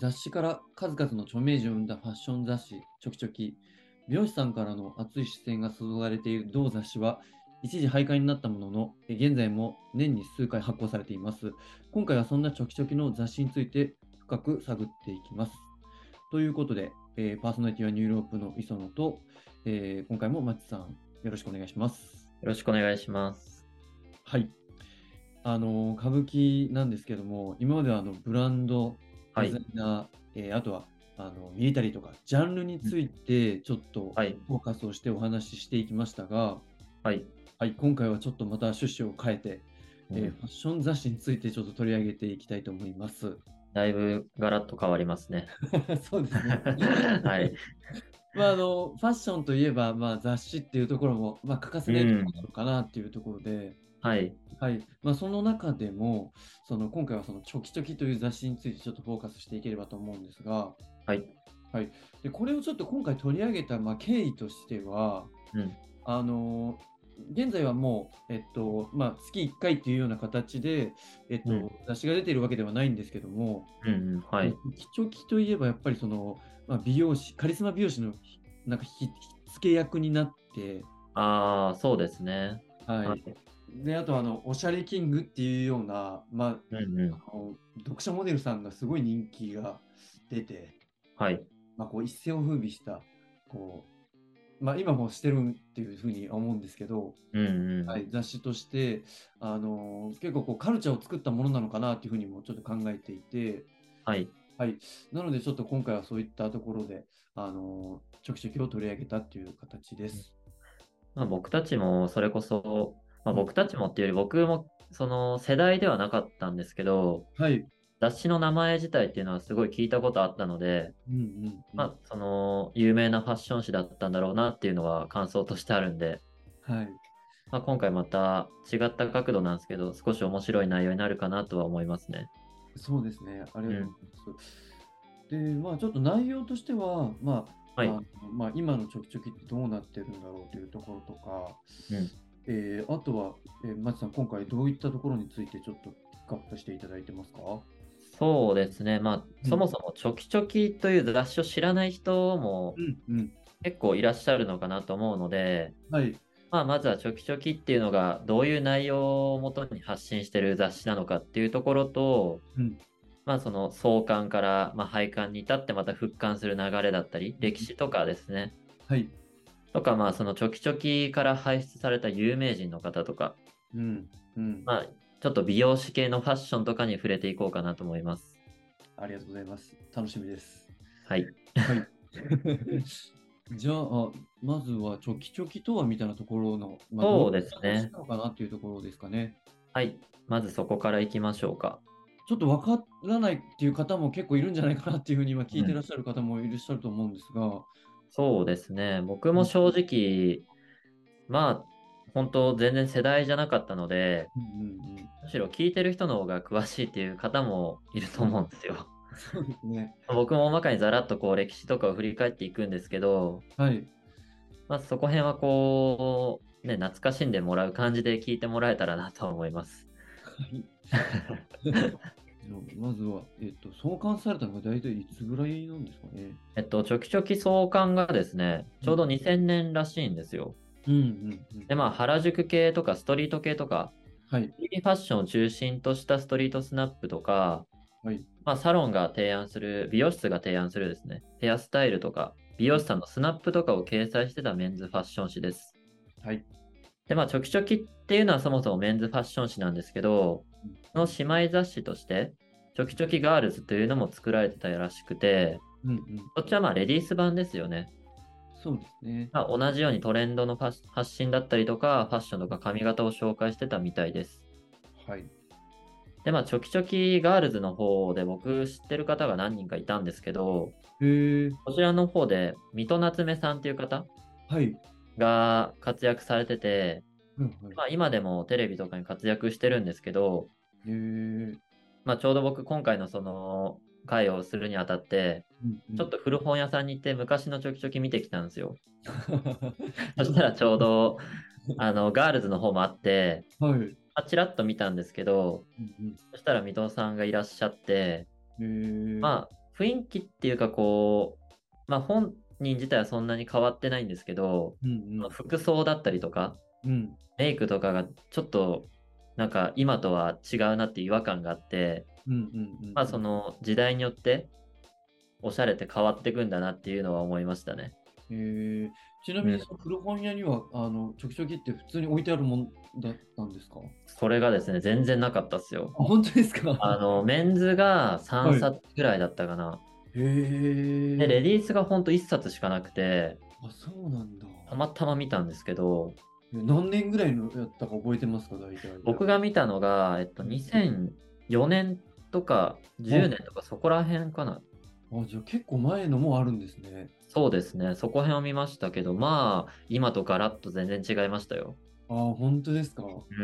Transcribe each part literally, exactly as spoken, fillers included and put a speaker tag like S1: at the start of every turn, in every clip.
S1: 雑誌から数々の著名人を生んだファッション雑誌、チョキチョキ。美容師さんからの熱い視線が注がれている同雑誌は、一時廃刊になったものの、え現在も年に数回発行されています。今回はそんなチョキチョキの雑誌について深く探っていきます。ということで、えーパーソナリティはニューロープの磯野と、えー今回もマッチさん、よろしくお願いします。
S2: よろしくお願いします。
S1: はい。あの歌舞伎なんですけども、今まではあのブランド、デザ
S2: はい。
S1: イナー、えーあとはあのミリタリーとか、ジャンルに
S2: うん
S1: ついてちょっと
S2: はい。
S1: フォーカスをしてお話ししていきましたが、
S2: はい。
S1: はい、今回はちょっとまた趣旨を変えて、
S2: うん。
S1: えーファッション雑誌についてちょっと取り上げていきたいと思います。
S2: だいぶガラッと変わりますね。
S1: そうですね。
S2: はい。
S1: まあ、あの、ファッションといえば、まあ、雑誌っていうところも、まあ、欠かせ
S2: う
S1: ないところな
S2: ん。
S1: のかなっていうところで、
S2: はい。
S1: はい。まあ、その中でも、その今回はそのチョキチョキという雑誌についてちょっとフォーカスしていければと思うんですが、
S2: はい。
S1: はい。で、これをちょっと今回取り上げた、まあ、経緯としては、
S2: うん。
S1: あの現在はもう、えっと、まあ、月いっかいっていうような形で、えっ
S2: うん。
S1: と、雑誌が出ているわけではないんですけども、
S2: うん。うん。は
S1: チョ
S2: い。
S1: キチョキといえばやっぱりその、まあ、美容師、カリスマ美容師のひなんかひひっつけ役になって、
S2: ああ、そうですね。
S1: はい。
S2: はい。
S1: で、あとあの、おしゃれキングっていうような、ま
S2: うん。う
S1: あ、
S2: ん。
S1: あの読者モデルさんがすごい人気が出て、
S2: はい。
S1: まあ、こう一世を風靡した、こう、まあ、今もしてるっていうふうに思うんですけど、
S2: うん。うん。
S1: はい、雑誌として、あの結構こうカルチャーを作ったものなのかなっていうふうにもちょっと考えていて、
S2: はい。
S1: はい。なので、ちょっと今回はそういったところで、あのちょきちょきを取り上げたっていう形で
S2: うん
S1: す。
S2: まあ、僕たちもそれこそ、まあ、
S1: うん。
S2: 僕たちもっていうより僕もその世代ではなかったんですけど、
S1: はい。
S2: 雑誌の名前自体っていうのはすごい聞いたことあったので、
S1: うんうんうん。
S2: まあ、その、有名なファッション誌だったんだろうなっていうのは感想としてあるんで、
S1: はい。
S2: まあ、今回また違った角度なんですけど、少し面白い内容になるかなとは思いますね。
S1: そうですね。ありがとう
S2: うん。
S1: ございます。で、まあ、ちょっと内容としては、まあ、あ
S2: はい。
S1: のまあ、今のチョキチョキってどうなってるんだろうというところとか、
S2: うん。
S1: えーあとは、えー、松さん、今回どういったところについてちょっとピックアップしていただいてますか？
S2: そうですね。まあ、
S1: うん。
S2: そもそもチョキチョキという雑誌を知らない人も
S1: うんうん。
S2: 結構いらっしゃるのかなと思うので、
S1: はい。
S2: まあ、まずはチョキチョキっていうのがどういう内容をもとに発信してる雑誌なのかっていうところと、
S1: うん。
S2: まあ、その創刊から、まあ、廃刊に至ってまた復刊する流れだったり、歴史とかですね。
S1: はい。
S2: とか、まあ、そのチョキチョキから輩出された有名人の方とか、
S1: うん。うん。
S2: まあ、ちょっと美容師系のファッションとかに触れていこうかなと思います。
S1: ありがとうございます。楽しみです。
S2: はい。
S1: はい。じゃあ、まずは、チョキチョキとはみたいなところの、まあ、どうい
S2: そう
S1: う
S2: ですね。
S1: 雑誌なのかなっていうところですかね。
S2: はい。まずそこから行きましょうか。
S1: ちょっとわからないっていう方も結構いるんじゃないかなっていうふうに今聞いてらっ
S2: うん。
S1: しゃる方もいらっしゃると思うんですが、
S2: そうですね。僕
S1: うん
S2: も正直、まあ、本当全然世代じゃなかったので、
S1: うんうん
S2: むしろ聞いてる人の方が詳しいっていう方もいると
S1: うん。
S2: 思うんですよ。
S1: そうですね。
S2: 僕も大まかにざらっとこう歴史とかを振り返っていくんですけど、
S1: はい。
S2: まあそこ辺はこう、ね、懐かしんでもらう感じで聞いてもらえたらなと思います。
S1: はい。じゃあまずは、えっと、創刊されたのが大体いつぐらいなんですかね。
S2: えっと、チョキチョキ創刊がですね、ちょうどにせんねんらしいんですよ。
S1: うんうんうん。
S2: で、まあ原宿系とかストリート系とか、
S1: はい。
S2: ファッションを中心としたストリートスナップとか、
S1: はい。
S2: まあ、サロンが提案する、美容室が提案するですね、ヘアスタイルとか、美容師さんのスナップとかを掲載してたメンズファッション誌です。
S1: はい。
S2: で、まあ、チョキチョキっていうのはそもそもメンズファッション誌なんですけど、その姉妹雑誌として、チョキチョキガールズというのも作られてたらしくて、
S1: うんうん。
S2: こっちはまあ、レディース版ですよね。
S1: そうですね。
S2: まあ、同じようにトレンドのファッ発信だったりとか、ファッションとか髪型を紹介してたみたいです。
S1: はい。
S2: で、まあ、チョキチョキガールズの方で僕知ってる方が何人かいたんですけど、
S1: へえ。
S2: こちらの方で、水戸夏目さんっていう方
S1: はい。
S2: が活躍されてて、
S1: うんはい。
S2: まあ今でもテレビとかに活躍してるんですけど、
S1: へえ。
S2: まあちょうど僕今回のその会をするにあたって、
S1: うんうん。
S2: ちょっと古本屋さんに行って昔のチョキチョキ見てきたんですよ。そしたらちょうど、あの、ガールズの方もあって、
S1: はい。
S2: まあ、チラッと見たんですけど、
S1: うん
S2: そしたら水戸さんがいらっしゃって、
S1: うん。へえ。
S2: まあ、 雰囲気っていうかこう、まあ本人自体はそんなに変わってないんですけど、
S1: うん
S2: 服装だったりとか、
S1: うん。うん。
S2: メイクとかがちょっとなんか今とは違うなっていう違和感があって、
S1: うんうん
S2: まあ
S1: うん
S2: その時代によっておしゃれって変わってくんだなっていうのは思いましたね。
S1: うん。えー、ちな
S2: うん。
S1: みにその古本屋には、あの、チョキチョキって普通に置いてあるもんだったんですか？
S2: それがですね、全然なかったっすよ。
S1: あ、本当ですか？
S2: あの、メンズが3
S1: はい。
S2: 冊ぐらいだったかな。
S1: へ
S2: で、
S1: え。
S2: レディースがほんといっさつしかなくて、
S1: あ、そうなんだ。
S2: たまたま見たんですけど、
S1: え何年ぐらいのやったか覚えてますか、大体。
S2: 僕が見たのが、えっと、
S1: うん。
S2: にせんよねんとかじゅうねんとかそこら辺かな。
S1: あ、じゃあ結構前のもあるんですね。
S2: そうですね。そこ辺を見ましたけど、まあ、今とガラッと全然違いましたよ。
S1: あ、本当ですか。
S2: うん。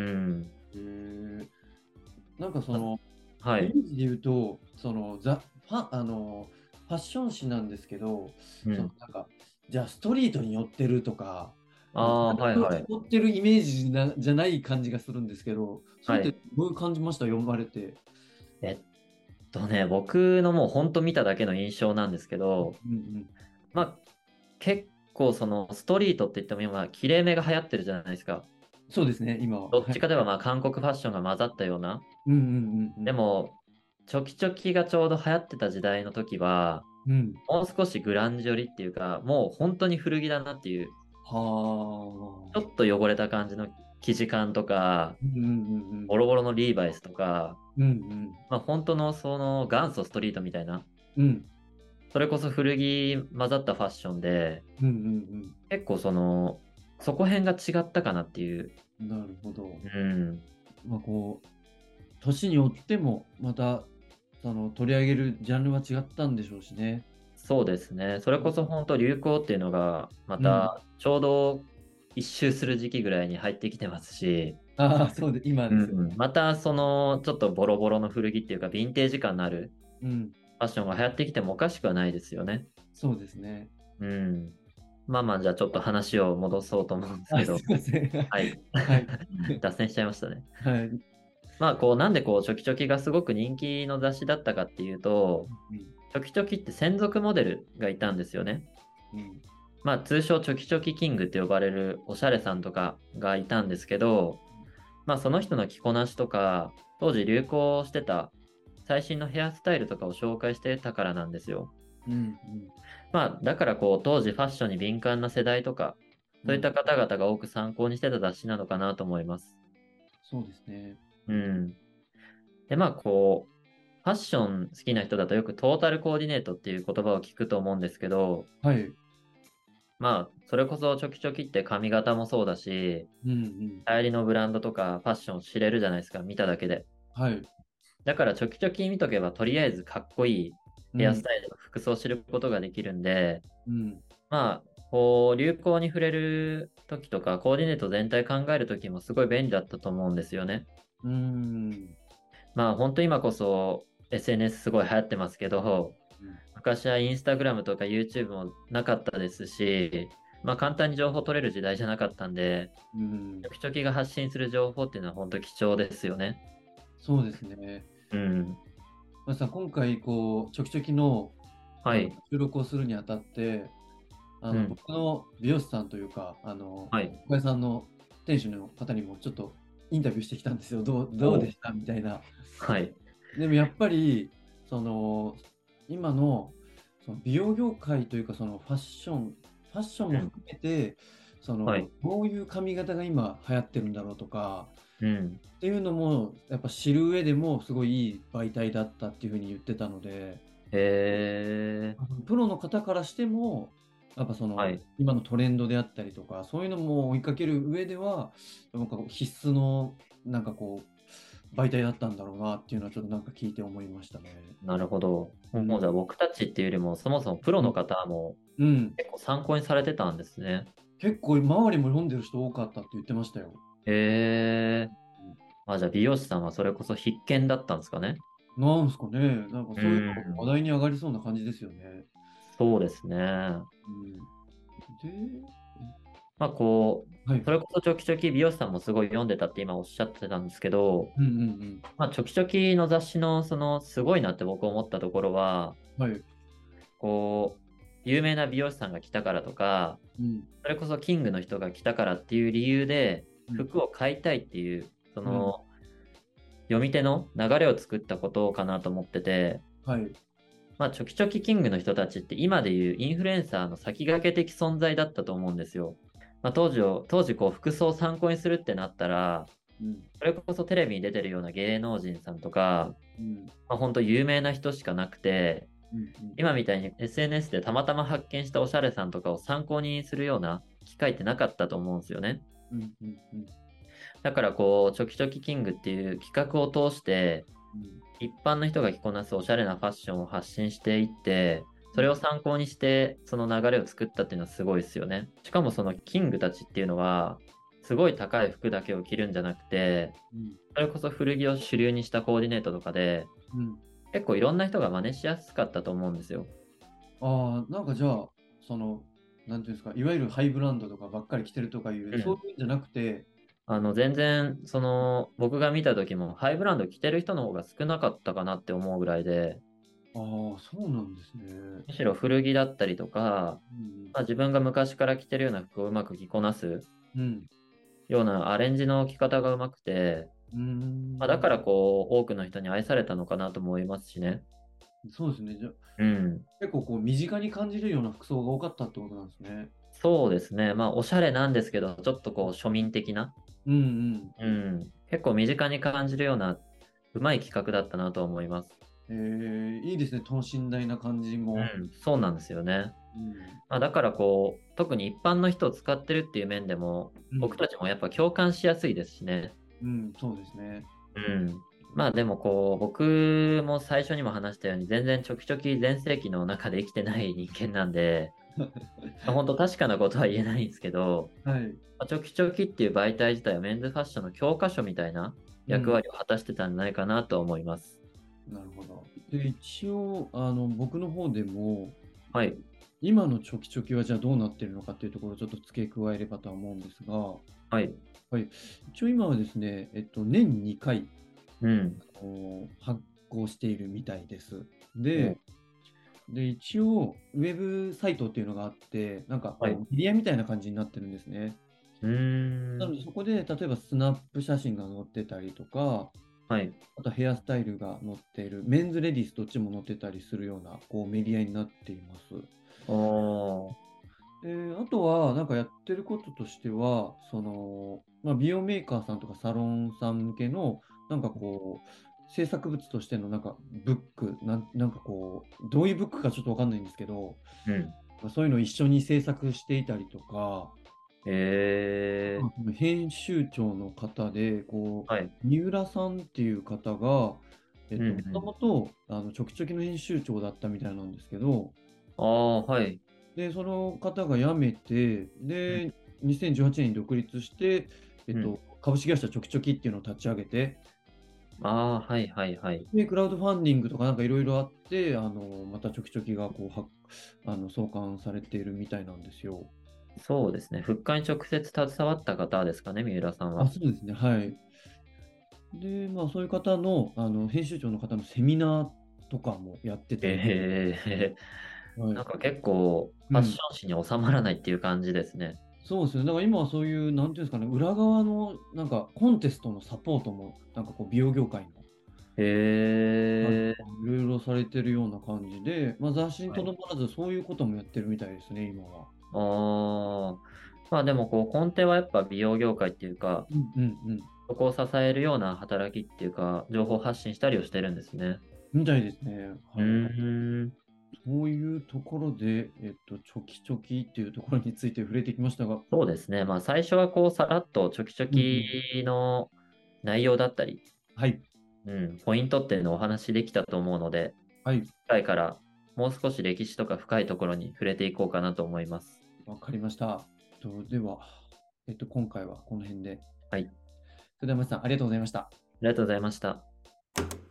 S1: へえ。なんかそ
S2: あ、
S1: の、
S2: はい。
S1: イメージで言うと、その、ザ、ファ、あの、ファッション誌なんですけど、その、
S2: うん。
S1: なんか、じゃあストリートに寄ってるとか、なんか、
S2: ああ、はいはい。
S1: 寄ってるイメージな、じゃない感じがするんですけど、それって
S2: はい。
S1: どういう感じました読まれて？
S2: えっとね、僕のもう本当見ただけの印象なんですけど、
S1: うんうん。
S2: まあ、結構そのストリートって言っても今、きれいめが流行ってるじゃないですか。
S1: そうですね、今は。
S2: どっ
S1: はい。
S2: ちかといえばまあ韓国ファッションが混ざったような。
S1: うんうんうん
S2: でも、チョキチョキがちょうど流行ってた時代の時は、
S1: うん。うん。
S2: もう少しグランジ寄りっていうか、もう本当に古着だなっていう、ちょ
S1: はあ。
S2: っと汚れた感じの生地感とか、
S1: うんうんうん
S2: ボロボロのリーバイスとか、
S1: うん。うん
S2: まあ本当のその元祖ストリートみたいな、
S1: うん。うん
S2: それこそ古着混ざったファッションで、
S1: うんうん
S2: 結構その、そこ辺が違ったかなっていう。
S1: うん。なるほど。
S2: うん。
S1: まあこう、年によっても、また、その取り上げるジャンルは違ったんでしょうしね。
S2: そうですね。それこそ本当流行っていうのが、ま
S1: うん。
S2: たちょうど一周する時期ぐらいに入ってきてますし、
S1: ああ、そうで、今ですよ。
S2: うん、またそのちょっとボロボロの古着っていうか、ヴィンテージ感のある
S1: うん。
S2: ファッションが流行ってきてもおかしくはないですよね。
S1: そうですね。
S2: うん。まあまあ、じゃあちょっと話を戻そうと思うんですけ
S1: あ、す
S2: ど、
S1: いません。
S2: はい。
S1: はい。
S2: 脱線しちゃいましたね。
S1: はい。
S2: まあ、こう、なんでこう、チョキチョキがすごく人気の雑誌だったかっていうと、
S1: うん
S2: チョキチョキって専属モデルがいたんですよね。
S1: うん
S2: まあ、通称チョキチョキキングって呼ばれるおしゃれさんとかがいたんですけど、まあ、その人の着こなしとか、当時流行してた最新のヘアスタイルとかを紹介してたからなんですよ。
S1: うん
S2: まあ、だからこう、当時ファッションに敏感な世代とか、そういっ
S1: うん
S2: た方々が多く参考にしてた雑誌なのかなと思います。
S1: そうですね。うん。
S2: うん。で、まあ、こう、ファッション好きな人だとよくトータルコーディネートっていう言葉を聞くと思うんですけど、
S1: はい。
S2: まあ、それこそチョキチョキって髪型もそうだし、
S1: うんうん。
S2: 流行りのブランドとかファッションを知れるじゃないですか、見ただけで。
S1: はい。
S2: だからチョキチョキ見とけば、とりあえずかっこいいヘアス
S1: うん
S2: タイルの服装を知ることができるんで、
S1: うん
S2: まあ、こう、流行に触れる時とか、コーディネート全体考える時もすごい便利だったと思うんですよね。
S1: うん。
S2: まあ、本当今こそ エスエヌエス すごい流行ってますけど、
S1: うん
S2: 昔はインスタグラムとか YouTube もなかったですし、まあ簡単に情報取れる時代じゃなかったんで、
S1: うん
S2: チョキチョキが発信する情報っていうのは本当貴重ですよね。
S1: そうですね。
S2: うん。
S1: まあさ、今回、こう、ちょきちょきの、あの
S2: はい。
S1: 収録をするにあたって、あの、
S2: うん。
S1: 僕の美容師さんというか、あの、
S2: はい。
S1: お屋さんの店主の方にもちょっとインタビューしてきたんですよ。どう、どう
S2: おう。
S1: でしたみたいな。
S2: はい。
S1: でもやっぱり、その、今の、その美容業界というか、そのファッション、ファッション
S2: うん。
S1: も含めて、その、
S2: はい。
S1: どういう髪型が今流行ってるんだろうとか、
S2: うん。
S1: っていうのも、やっぱ知る上でもすごいいい媒体だったっていうふうに言ってたので、
S2: へえ。
S1: プロの方からしても、やっぱその、
S2: はい。
S1: 今のトレンドであったりとか、そういうのも追いかける上では、なんか必須の、なんかこう、媒体だったんだろうなっていうのはちょっとなんか聞いて思いましたね。
S2: なるほど。
S1: うん。
S2: もうじゃあ僕たちっていうよりも、そもそもプロの
S1: うん。
S2: 方も
S1: うん。
S2: 結構参考にされてたんですね。
S1: 結構周りも読んでる人多かったって言ってましたよ。
S2: へえ。
S1: うん
S2: あ、じゃあ美容師さんはそれこそ必見だったんですかね。
S1: なんすかね。なんか
S2: う
S1: そういうの話
S2: ん。
S1: 題に上がりそうな感じですよね。
S2: そうですね。
S1: うん。で、
S2: まあこう、
S1: はい。
S2: それこそチョキチョキ美容師さんもすごい読んでたって今おっしゃってたんですけど、
S1: うんうん
S2: まあチョキチョキの雑誌のそのすごいなって僕思ったところは、
S1: はい。
S2: こう、有名な美容師さんが来たからとか、
S1: うん。
S2: それこそキングの人が来たからっていう理由で、
S1: うん。
S2: 服を買いたいっていう、そ
S1: うん。
S2: の、読み手の流れを作ったことかなと思ってて、
S1: はい。
S2: まあ、チョキチョキキングの人たちって今でいうインフルエンサーの先駆け的存在だったと思うんですよ。まあ、当時を、当時こう服装を参考にするってなったら、
S1: うん。
S2: それこそテレビに出てるような芸能人さんとか、
S1: うん。
S2: まあ、本当有名な人しかなくて、
S1: うん。
S2: 今みたいに エスエヌエス でたまたま発見したおしゃれさんとかを参考にするような機会ってなかったと思うんですよね。
S1: うん。うん。うん。
S2: だからこう、チョキチョキキングっていう企画を通して、
S1: うん。
S2: 一般の人が着こなすおしゃれなファッションを発信していって、
S1: うん。
S2: それを参考にしてその流れを作ったっていうのはすごいですよね。しかもそのキングたちっていうのは、すごい高い服だけを着るんじゃなくて、
S1: うん。
S2: それこそ古着を主流にしたコーディネートとかで、
S1: うん。
S2: 結構いろんな人が真似しやすかったと思うんですよ。
S1: ああ、なんかじゃあ、その、なんていうんですか、いわゆるハイブランドとかばっかり着てるとかいう、そう
S2: うん。
S1: いうんじゃなくて、
S2: あの、全然、その、僕が見た時も、ハイブランド着てる人の方が少なかったかなって思うぐらいで、
S1: ああ、そうなんですね。
S2: むしろ古着だったりとか、
S1: うん。
S2: まあ、自分が昔から着てるような服をうまく着こなす
S1: うん。
S2: ようなアレンジの着方がうまくて、
S1: うー
S2: まあ、だ
S1: ん。
S2: からこう、多くの人に愛されたのかなと思いますしね。
S1: そうですね。じゃあ、
S2: うん。
S1: 結構こう身近に感じるような服装が多かったってことなんですね。
S2: そうですね。まあ、おしゃれなんですけど、ちょっとこう、庶民的な、
S1: うん。
S2: うん。結構身近に感じるような、うまい企画だったなと思います。
S1: えー、いいですね。等身大な感じも。
S2: うん。そうなんですよね。
S1: うん。
S2: まあ、だからこう、特に一般の人を使ってるっていう面でも、
S1: うん。
S2: 僕たちもやっぱ共感しやすいですしね。
S1: うん、そうですね。
S2: うん。まあでもこう、僕も最初にも話したように、全然ちょきちょき全盛期の中で生きてない人間なんで、まあ、本当確かなことは言えないんですけど、
S1: はい。
S2: まあ、チョキチョキっていう媒体自体はメンズファッションの教科書みたいな
S1: うん。
S2: 役割を果たしてたんじゃないかなと思います。
S1: なるほど。で、一応、あの、僕の方でも、
S2: はい。
S1: 今のチョキチョキはじゃあどうなってるのかっていうところをちょっと付け加えればとは思うんですが、は
S2: はい。
S1: い。一応今はですね、えっと、年にかい、
S2: うん。
S1: あの発行しているみたいです。
S2: お
S1: で、で、一応、ウェブサイトっていうのがあって、なんか
S2: はい。
S1: こう、メディアみたいな感じになってるんですね。
S2: うーん。
S1: なので、そこで、例えばスナップ写真が載ってたりとか、
S2: はい。
S1: あとヘアスタイルが載っている、メンズ、レディースどっちも載ってたりするようなこうメディアになっています。
S2: おー。
S1: で、あとは、なんかやってることとしては、その、まあ、美容メーカーさんとかサロンさん向けの、なんかこう、制作物としてのなんかブック、なん、なんかこう、どういうブックかちょっとわかんないんですけど、
S2: うん。
S1: まあそういうのを一緒に制作していたりとか、
S2: えー。
S1: まあ編集長の方で、こ
S2: はい。
S1: う、三浦さんっていう方が、えっと、もと
S2: うんうん。
S1: もと、あの、チョキチョキの編集長だったみたいなんですけど、
S2: ああ、はい。
S1: で、その方が辞めて、
S2: うん。
S1: で、にせんじゅうはちねんに独立して、えっ
S2: うん。
S1: と、株式会社チョキチョキっていうのを立ち上げて、
S2: ああ、はいはいはい。
S1: で、クラウドファンディングとかなんかいろいろあって、あの、またチョキチョキがこう、は、あの、創刊されているみたいなんですよ。
S2: そうですね。復活に直接携わった方ですかね、三浦さん
S1: あ、
S2: は。
S1: そうですね。はい。で、まあ、そういう方の、あの、編集長の方のセミナーとかもやってたり、
S2: ええ。
S1: はい。
S2: なんか結構、ファッシ
S1: うん。
S2: ョン誌に収まらないっていう感じですね。
S1: そうですね。だから今はそういう、なんていうんですかね、裏側の、なんか、コンテストのサポートも、なんかこう、美容業界の、はい、
S2: へえ。
S1: いろいろされてるような感じで、まあ、雑誌に
S2: はい。
S1: とどまらず、そういうこともやってるみたいですね、今は。
S2: ああ。まあでもこう、根底はやっぱ美容業界っていうか、
S1: うんうんうん。
S2: そこを支えるような働きっていうか、情報発信したりをしてるんですね。
S1: みたいですね。
S2: う
S1: はい。
S2: ーん。
S1: そういうところで、えっと、チョキチョキっていうところについて触れてきましたが、
S2: そうですね。まあ最初はこう、さらっとちょきちょ
S1: うんうん。
S2: きの内容だったり、
S1: はい。
S2: うん、ポイントっていうのをお話しできたと思うので、
S1: はい。
S2: 次回からもう少し歴史とか深いところに触れていこうかなと思います。
S1: わかりました。と、では、えっと、今回はこの辺で。
S2: はい。
S1: それでは、まさん、ありがとうございました。
S2: ありがとうございました。